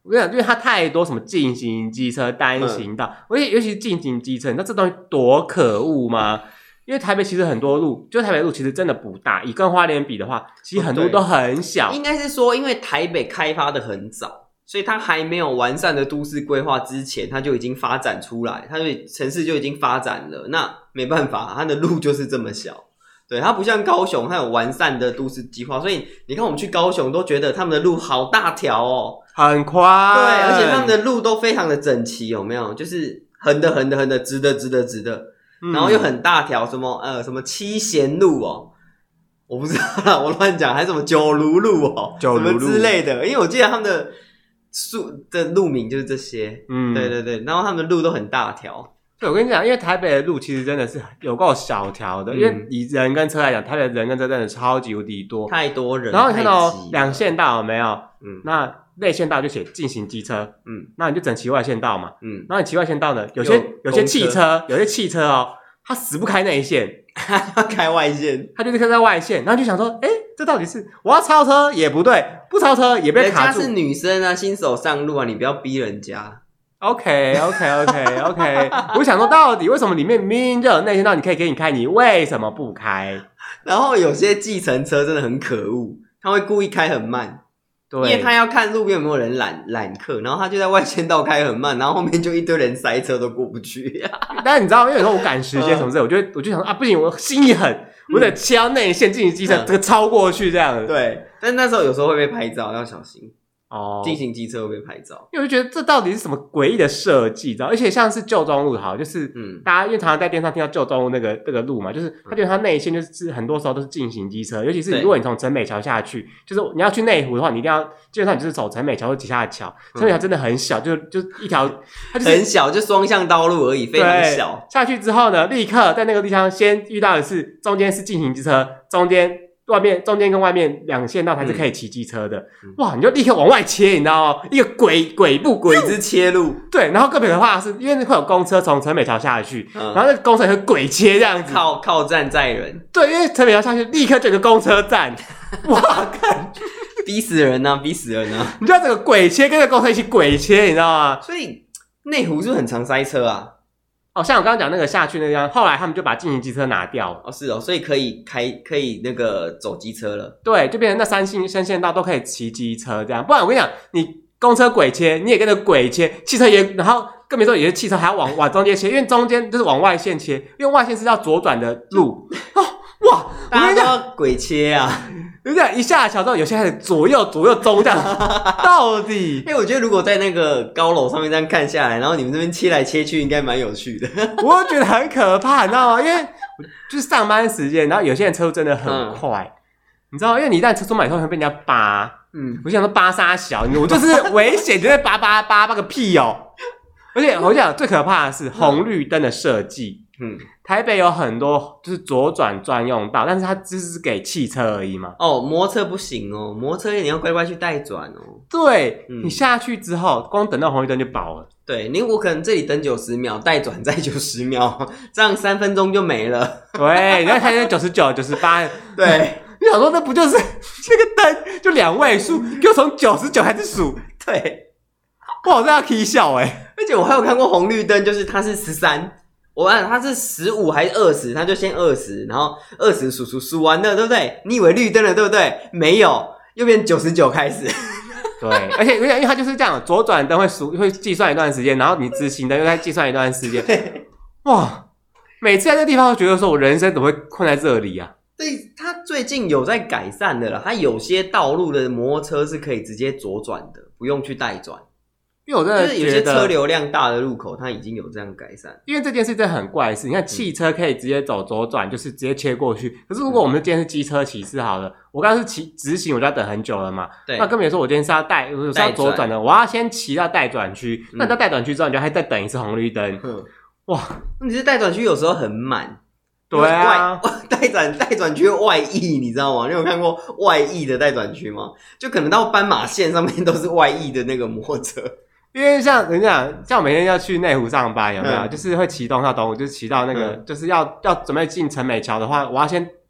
我跟你讲，因为它太多什么进行机车、单行道，而且、嗯、尤其是进行机车，你知道这东西多可恶吗？因为台北其实很多路，就台北路其实真的不大，以跟花莲比的话，其实很多路都很小。 应该是说，因为台北开发的很早，所以它还没有完善的都市规划之前，它就已经发展出来，它就城市就已经发展了。那没办法，它的路就是这么小。对，它不像高雄，它有完善的都市计划，所以你看我们去高雄都觉得他们的路好大条哦， 很宽。 对，而且他们的路都非常的整齐，有没有？就是横的、横的、横的，直的、直的、直的。然后又很大条，什么呃什么七贤路哦，我不知道啦，我乱讲，还是什么九如路哦， 九如路什么之类的，因为我记得他们的树的路名就是这些，嗯，对对对，然后他们的路都很大条。 对，我跟你讲，因为台北的路其实真的是有够小条的，嗯、因为以人跟车来讲，台北的人跟车真的超级无敌多， 太多人。 然后你看到两线道有没有？嗯，那内线道就写进行机车，嗯，那你就整骑外线道嘛，嗯，然后你骑外线道呢，有些有, 有些汽车，有些汽车哦，他死不开内线， 他要开外线， 他就立刻在外线，然后就想说，哎，这到底是我要超车也不对，不超车也被卡住。 人家是女生啊，新手上路啊，你不要逼人家。 OK OK OK OK， 我想说到底为什么里面明明就有内线道，你可以给你开，你为什么不开？ 然后有些计程车真的很可恶，他会故意开很慢。对，因为他要看路边有没有人揽揽客，然后他就在外线道开很慢，然后后面就一堆人塞车都过不去。 但是你知道，因为有时候我赶时间什么之类，我就我就想说啊，不行，我心一狠，我得切到内线进行机车，这个超过去这样子。 对，但那时候有时候会被拍照，要小心。哦，进行机车会被拍照， 因为我就觉得这到底是什么诡异的设计，知道？而且像是旧中路好，就是嗯，大家因为常常在电视上听到旧中路那个那个路嘛，就是它觉得它内线就是很多时候都是进行机车，尤其是如果你从陈美桥下去，就是你要去内湖的话，你一定要基本上你就是走陈美桥或其他的桥，陈美桥真的很小，就就一条，它就是很小，就双向道路而已，非常小。 下去之后呢，立刻在那个地方先遇到的是中间是进行机车，中间。外面中间跟外面两线道才是可以骑机车的、嗯，哇！你就立刻往外切，你知道吗？一个鬼鬼步鬼之切入， 对。然后更可怕的是，因为会有公车从陈美桥下去，嗯、然后那个公车也会鬼切这样子， 靠靠站载人。 对，因为陈美桥下去，立刻就有个公车站，哇！看， 逼死人啊，逼死人啊！ 你知道这个鬼切跟着公车一起鬼切，你知道吗？ 所以内湖是不是很常塞车啊？ 哦，像我刚刚讲那个下去那样，后来他们就把进行机车拿掉了。 哦，是哦，所以可以开，可以那个走机车了。 对，就变成那三线三线道都可以骑机车这样。不然我跟你讲，你公车鬼切，你也跟着鬼切，汽车也，然后更别说有些汽车还要往往中间切，因为中间就是往外线切，因为外线是要左转的路。哦，哇， 大家都要鬼切啊！ 就这样一下桥之后，有些开始左右左右中这样，到底？ 因为我觉得如果在那个高楼上面这样看下来，然后你们这边切来切去，应该蛮有趣的。 我觉得很可怕，你知道吗？因为就是上班时间，然后有些人车速真的很快，嗯、你知道，因为你一旦车速慢，以后会被人家扒。嗯，我想说扒杀小，我就是危险，就在扒扒扒扒个屁哦！而且我讲最可怕的是红绿灯的设计。嗯，台北有很多就是左转专用道，但是它只是给汽车而已嘛。 哦，摩托车不行哦，摩托车你要乖乖去带转哦。 对、嗯，你下去之后，光等到红绿灯就饱了。 对，你我可能这里等九十秒，带转再九十秒，这样三分钟就没了。 对，你要开成九十九、九十八， 对， 你想说那不就是这个灯就两位数，就从九十九开始数？ 对， 我好像要 K 笑哎、欸， 而且我还有看过红绿灯，就是它是十三。我按它是十五还是二十，它就先二十，然后二十数数数完了，对不对？你以为绿灯了，对不对？没有，右边九十九开始。 对，而且因为它就是这样，左转灯会数会计算一段时间，然后你直行灯又再计算一段时间。哇，每次在这个地方，都觉得说我人生怎么会困在这里啊？ 对，它最近有在改善的啦，它有些道路的摩托车是可以直接左转的，不用去带转。 因为我真的觉得， 就是有些车流量大的路口，它已经有这样改善。 因为这件事真的很怪的事，你看汽车可以直接走左转，就是直接切过去。可是如果我们今天是机车骑士好了，我刚刚是骑直行，我就要等很久了嘛。对。那更别说我今天是要带，我是要左转的，我要先骑到待转区。嗯、那到待转区之后，你就还再等一次红绿灯。嗯。哇， 你是待转区有时候很满。 对啊。 待转待转区外溢，你知道吗？你有看过外溢的待转区吗？就可能到斑马线上面都是外溢的那个摩托车。 因为像人家像我每天要去内湖上班，有没有？嗯、就是会骑东到东湖，就是骑到那个，嗯、就是要要准备进陈美桥的话，我要先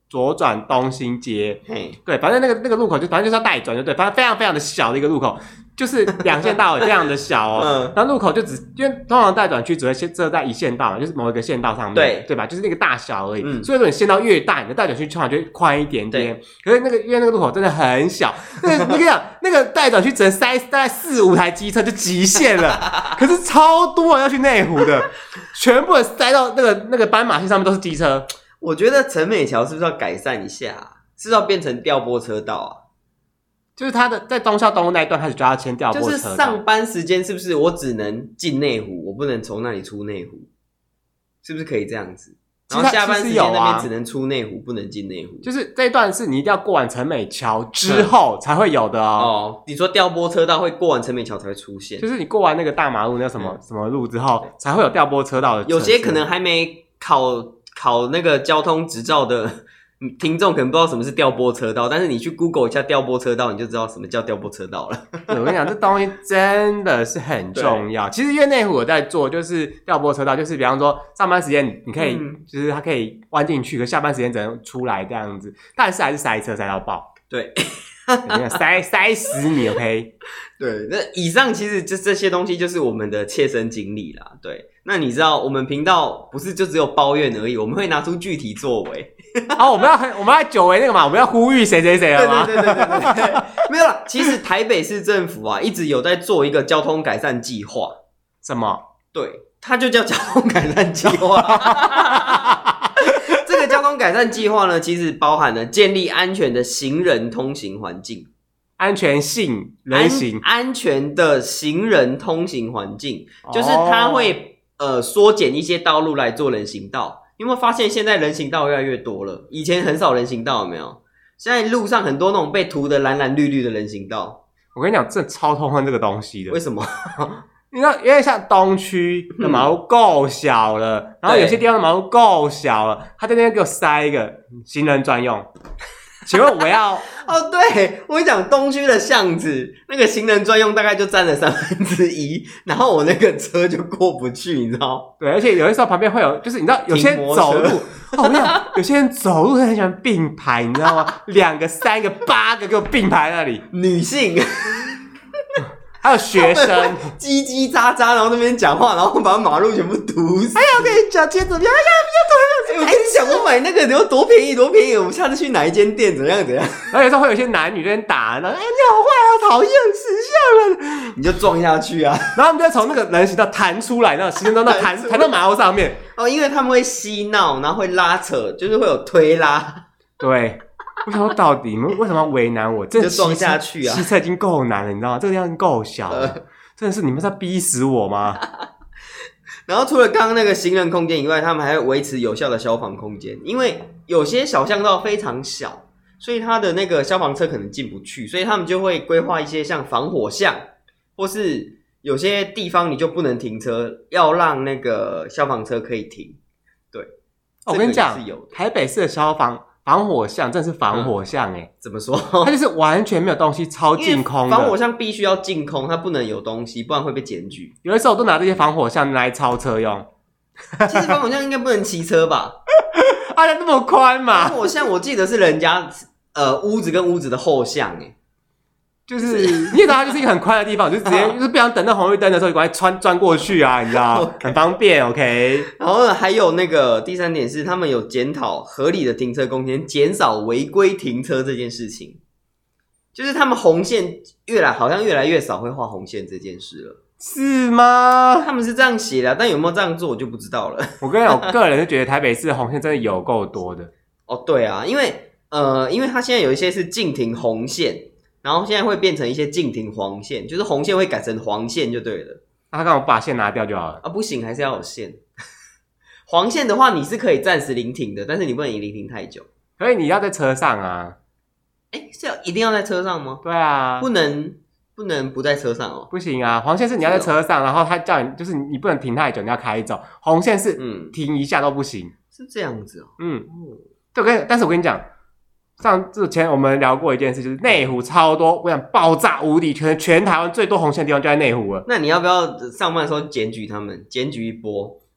左转东兴街，对，反正那个那个路口就反正就是要带转，就对，反正非常非常的小的一个路口，就是两线道非常的小哦。嗯、然后路口就只因为通常带转区只会设在一线道嘛，就是某一个线道上面，对对吧？就是那个大小而已。嗯、所以说你线道越大，你的带转区通常就会宽一点点。可是那个因为那个路口真的很小，那个你跟你讲，那个带转区只能塞大概四五台机车就极限了。可是超多人要去内湖的，全部人塞到那个那个斑马线上面都是机车。 我觉得陈美桥是不是要改善一下、啊？是不是要变成调拨车道啊？ 就是他的在忠孝东路那一段开始就要签调拨车道。 就是上班时间是不是我只能进内湖，我不能从那里出内湖？是不是可以这样子？然后下班时间那边只能出内湖，不能进内湖。 就是这一段是你一定要过完陈美桥之后才会有的哦。 哦，你说调拨车道会过完陈美桥才会出现？ 就是你过完那个大马路那什么、嗯、什么路之后，才会有调拨车道的。 有些可能还没考。考那个交通执照的听众可能不知道什么是调拨车道，但是你去 Google 一下调拨车道，你就知道什么叫调拨车道了。 我跟你讲，这东西真的是很重要。其实因为内湖有在做，就是调拨车道，就是比方说上班时间你可以，嗯、就是它可以弯进去，可下班时间只能出来这样子，但是还是塞车塞到爆。 对。 塞塞死你 ，OK？ 对，那以上其实就这些东西就是我们的切身经历啦。对，那你知道我们频道不是就只有抱怨而已，我们会拿出具体作为。 好、哦，我们要我们要久违那个嘛，我们要呼吁谁谁谁了吗？ 对对对对对对对，没有啦。其实台北市政府啊，一直有在做一个交通改善计划。 什么？ 对，它就叫交通改善计划。这个交通改善计划呢，其实包含了建立安全的行人通行环境， 安全性人行安, 安全的行人通行环境，就是它会、哦、呃缩减一些道路来做人行道。你有没有发现现在人行道越来越多了？以前很少人行道，有没有？现在路上很多那种被涂得蓝蓝绿绿的人行道。 我跟你讲，这超痛恨这个东西的。 为什么？ 你知道，因为像东区的马路够小了、嗯，然后有些地方的马路够小了，他在那边给我塞一个行人专用。请问我要哦，对，我跟你讲，东区的巷子那个行人专用大概就占了三分之一，然后我那个车就过不去，你知道？ 对，而且有的时候旁边会有，就是你知道，有些人走路，哦，我跟你讲，有些人走路很喜欢并排，你知道吗？两个、三个、八个给我并排那里， 女性。 还有学生叽叽喳喳，然后那边讲话，然后把马路全部堵死。 哎呀，我跟你讲，今天怎么样？哎呀， 我跟你讲，我买那个有多便宜，多便宜！我们下次去哪一间店，怎样怎样？ 然后有时候会有一些男女在那边打，然后哎，你好坏啊，讨厌，识相了， 你就撞下去啊！ 然后我们就从那个人行道弹出来，那行人道那弹弹到马路上面。 哦，因为他们会嬉闹，然后会拉扯，就是会有推拉。 对。我想说，到底你们为什么要为难我？ 就撞下去啊！ 骑车已经够难了，你知道吗？这个地方够小了，呃、真的是你们在逼死我吗？ 然后除了刚刚那个行人空间以外，他们还会维持有效的消防空间，因为有些小巷道非常小，所以它的那个消防车可能进不去，所以他们就会规划一些像防火巷，或是有些地方你就不能停车，要让那个消防车可以停。对， 哦、我跟你讲，台北市的消防。防火巷真的是防火巷哎、欸嗯， 怎么说？ 它就是完全没有东西，超净空的。 防火巷必须要净空，它不能有东西，不然会被检举。 有的时候我都拿这些防火巷来超车用。 其实防火巷应该不能骑车吧？ 啊，那么宽嘛？ 防火巷我记得是人家呃屋子跟屋子的后巷哎、欸。 就是你也知道它就是一个很宽的地方，就直接就是不想等到红绿灯的时候，就赶快穿钻过去啊，你知道， okay. 很方便。OK， 然后呢，还有那个第三点是，他们有检讨合理的停车空间，减少违规停车这件事情。就是他们红线越来好像越来越少会画红线这件事了， 是吗？ 他们是这样写的，但有没有这样做我就不知道了。 我跟你讲，我个人就觉得台北市的红线真的有够多的。 哦，对啊，因为呃，因为它现在有一些是禁停红线。然后现在会变成一些禁停黄线，就是红线会改成黄线就对了。 那他刚好把线拿掉就好了啊，不行，还是要有线。黄线的话，你是可以暂时临停的，但是你不能临停太久。 所以你要在车上啊？ 哎，是要一定要在车上吗？ 对啊， 不能不能不在车上哦。 不行啊，黄线是你要在车上，然后他叫你就是你不能停太久，你要开走。红线是停一下都不行， 嗯、是这样子哦。 嗯，对，跟但是我跟你讲。上之前我们聊过一件事，就是内湖超多，我想爆炸无敌，全全台湾最多红线的地方就在内湖了。 那你要不要上班的时候检举他们，检举一波？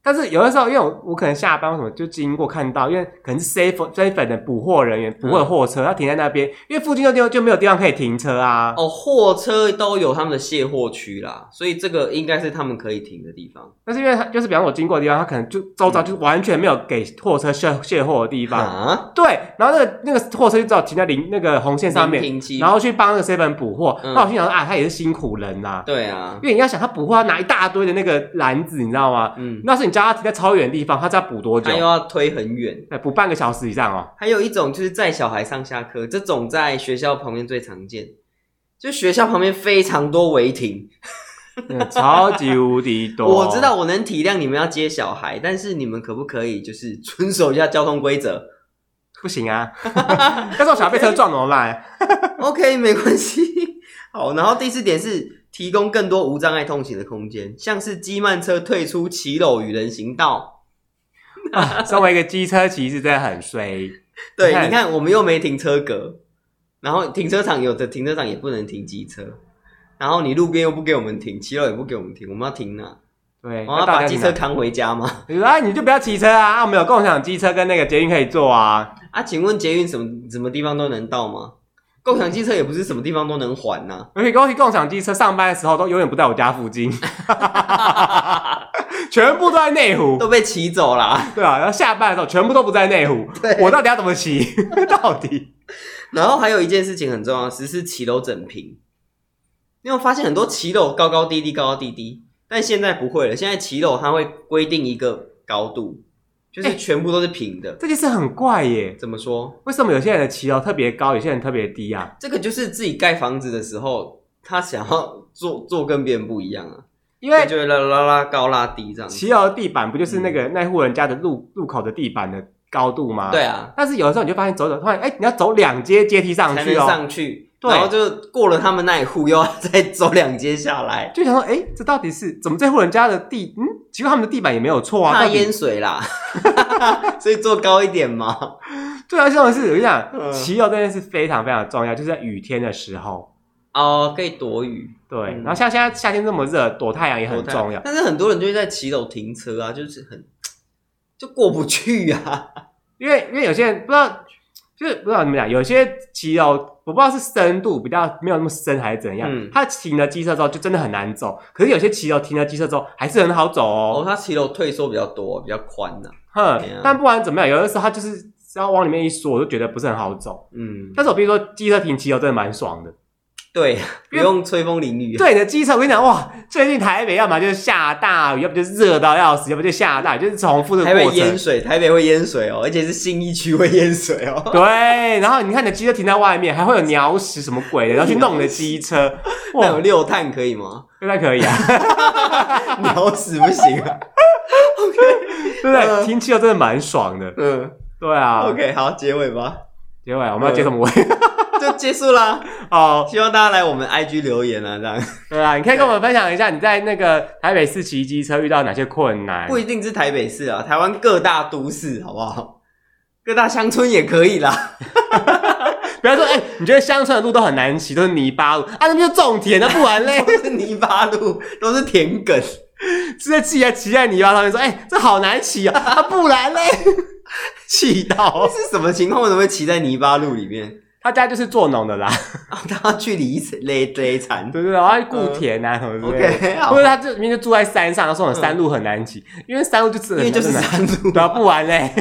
但是有的时候，因为我我可能下班为什么就经过看到，因为可能是 seven seven 的补货人员补货的货车，他、嗯、停在那边，因为附近就就没有地方可以停车啊。 哦，货车都有他们的卸货区啦，所以这个应该是他们可以停的地方。 但是因为他就是比方我经过的地方，他可能就周遭就完全没有给货车卸卸货的地方。啊，对，然后那个那个货车就只好停在零那个红线上面，然后去帮那个 seven 补货。嗯、那我心想说啊，他也是辛苦人呐、啊。 对啊， 因为你要想他补货要拿一大堆的那个篮子，你知道吗？嗯，那是你叫他停在超远的地方，他知道补多久？ 他又要推很远， 对，补半个小时以上哦。 还有一种就是载小孩上下课，这种在学校旁边最常见，就学校旁边非常多违停， 超级无敌多。 我知道我能体谅你们要接小孩，但是你们可不可以就是遵守一下交通规则？ 不行啊，要是我小孩被车撞怎么办 ？OK， 没关系。好，然后第四点是提供更多无障碍通行的空间，像是机慢车退出骑楼与人行道。 啊，身为一个机车骑士真的很衰。 对，你看, 你看我们又没停车格，然后停车场有的停车场也不能停机车，然后你路边又不给我们停，骑楼也不给我们停，我们要停哪？ 对， 我要把机车扛回家吗？ 你说啊，你就不要骑车啊！啊，我们有共享机车跟那个捷运可以坐啊。 啊，请问捷运什么什么地方都能到吗？共享机车也不是什么地方都能还呐、啊。 而且共共享机车上班的时候都永远不在我家附近，全部都在内湖， 都被骑走啦。 对啊，然后下班的时候全部都不在内湖，我到底要怎么骑？到底？ 然后还有一件事情很重要，实施骑楼整平。你有发现很多骑楼高高低低，高高低低，但现在不会了。现在骑楼它会规定一个高度，就是全部都是平的。 欸、这件事很怪耶。 怎么说？ 为什么有些人的骑楼特别高，有些人特别低啊？ 这个就是自己盖房子的时候，他想要做做跟别人不一样啊。 因为就会拉拉拉高拉低这样子。 骑楼的地板不就是那个那户人家的路路口的地板的高度吗？ 对啊。但是有的时候你就发现走走，突然哎、欸，你要走两阶阶梯上去哦， 才能上去。然后就过了他们那一户，又要再走两阶下来， 就想说，哎、欸，这到底是怎么？这户人家的地，嗯，其实他们的地板也没有错啊， 怕淹水啦，所以做高一点嘛。 对啊，这种事我跟你讲，骑楼这件事非常非常重要，就是在雨天的时候哦，可以躲雨。 对，嗯、然后像现在夏天这么热，躲太阳也很重要。 但是很多人就会在骑楼停车啊，就是很就过不去啊， 因为因为有些人不知道。就是不知道怎么讲，有些骑楼我不知道是深度比较没有那么深还是怎样，嗯、他停了机车之后就真的很难走。可是有些骑楼停了机车之后还是很好走哦。 哦，他骑楼退缩比较多，比较宽呐、 啊。哼，但不管怎么样，有的时候他就是只要往里面一缩，我就觉得不是很好走。嗯，但是我比如说机车停骑楼真的蛮爽的。 对，不用吹风淋雨。 对，你的机车我跟你讲，哇，最近台北要么就是下大雨，要不就是热到要死，要不就下大雨，就是重复的过程。 台北淹水，台北会淹水哦，而且是信义区会淹水哦。 对，然后你看你的机车停在外面，还会有鸟屎什么鬼的，然后去弄你的机车。 那有六碳可以吗？ 六碳可以啊， 鸟屎不行啊。OK， 对不对？嗯、停汽车真的蛮爽的。嗯，对啊。 OK， 好，结尾吧。 结尾，我们要结什么尾？ 就结束啦。 好， 希望大家来我们 I G 留言啊，这样。 对啊，你可以跟我们分享一下你在那个台北市骑机车遇到哪些困难。 不一定是台北市啊，台湾各大都市好不好？各大乡村也可以啦。 不要说哎、欸，你觉得乡村的路都很难骑，都是泥巴路啊，那边就种田，那不然嘞， 都是泥巴路，都是田埂。 直接骑在骑在泥巴上面说，哎、欸，这好难骑啊，啊不然嘞，气到是什么情况？为什么会骑在泥巴路里面？ 他家就是做农的啦， 哦、他去犁勒勒残， 对对对，然后他顾田啊什么之类的， okay, 或者他这明明就住在山上，他说山路很难骑，嗯、因为山路就真的因为就是山路， 对啊，不然嘞。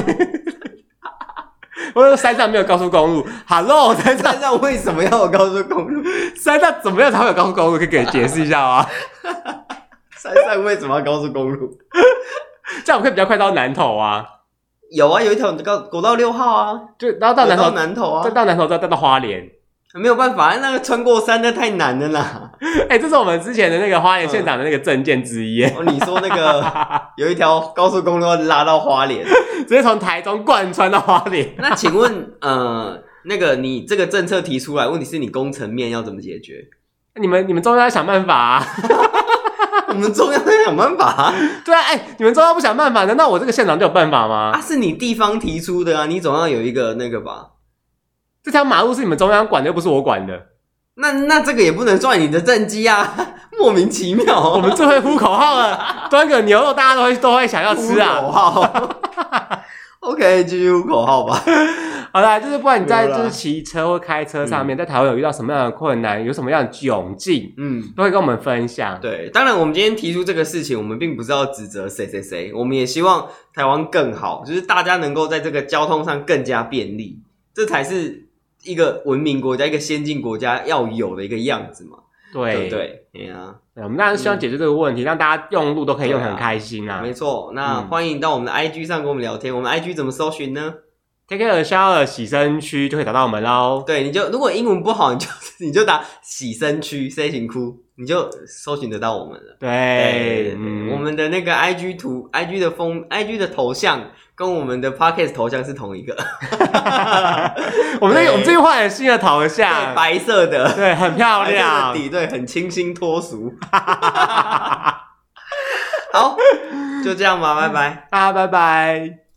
我说山上没有高速公路 ，Hello， 山上山上为什么要有高速公路？ 山上怎么样才会有高速公路？可以给解释一下吗？ 山上为什么要高速公路？ 这样我可以比较快到南投啊。 有啊，有一条高国道六号啊， 就然后到南投， 到南投啊， 再到南投再到花莲， 没有办法，那个穿过山那太难了啦。 哎、欸，这是我们之前的那个花莲县长的那个政见之一。 哦，你说那个有一条高速公路要拉到花莲， 直接从台中贯穿到花莲。 那请问，呃，那个你这个政策提出来，问题是你工程面要怎么解决？ 你们你们中央要想办法啊。 我们中央在想办法、啊， 对啊，哎、欸，你们中央不想办法，难道我这个县长就有办法吗？ 啊，是你地方提出的啊，你总要有一个那个吧？ 这条马路是你们中央管的，又不是我管的。 那那这个也不能算你的政绩啊，莫名其妙、哦。 我们最会呼口号了，端个牛肉大家都会都会想要吃啊。 呼口号，OK， 继续呼口号吧。 好啦，就是不管你在就是骑车或开车上面，嗯、在台湾有遇到什么样的困难，有什么样的窘境，嗯，都会跟我们分享。 对，当然我们今天提出这个事情，我们并不是要指责谁谁谁，我们也希望台湾更好，就是大家能够在这个交通上更加便利，这才是一个文明国家、一个先进国家要有的一个样子嘛。对，对不对？对啊， 对，我们当然希望解决这个问题，嗯、让大家用路都可以用得很开心啊。 没错，那、嗯、欢迎到我们的 I G 上跟我们聊天。我们 I G 怎么搜寻呢 ？Take care shower 洗身区就可以找到我们咯。 对，你就如果英文不好，你就你就打洗身区 C 型窟，你就搜寻得到我们了。 对， 对嗯、我们的那个 I G 图 ，I G 的封 ，I G 的头像跟我们的 Podcast 头像是同一个。 我们这我们这换了新的头像， 白色的， 对，很漂亮， 底对，很清新脱俗。好，就这样吧，拜拜， 大家拜拜。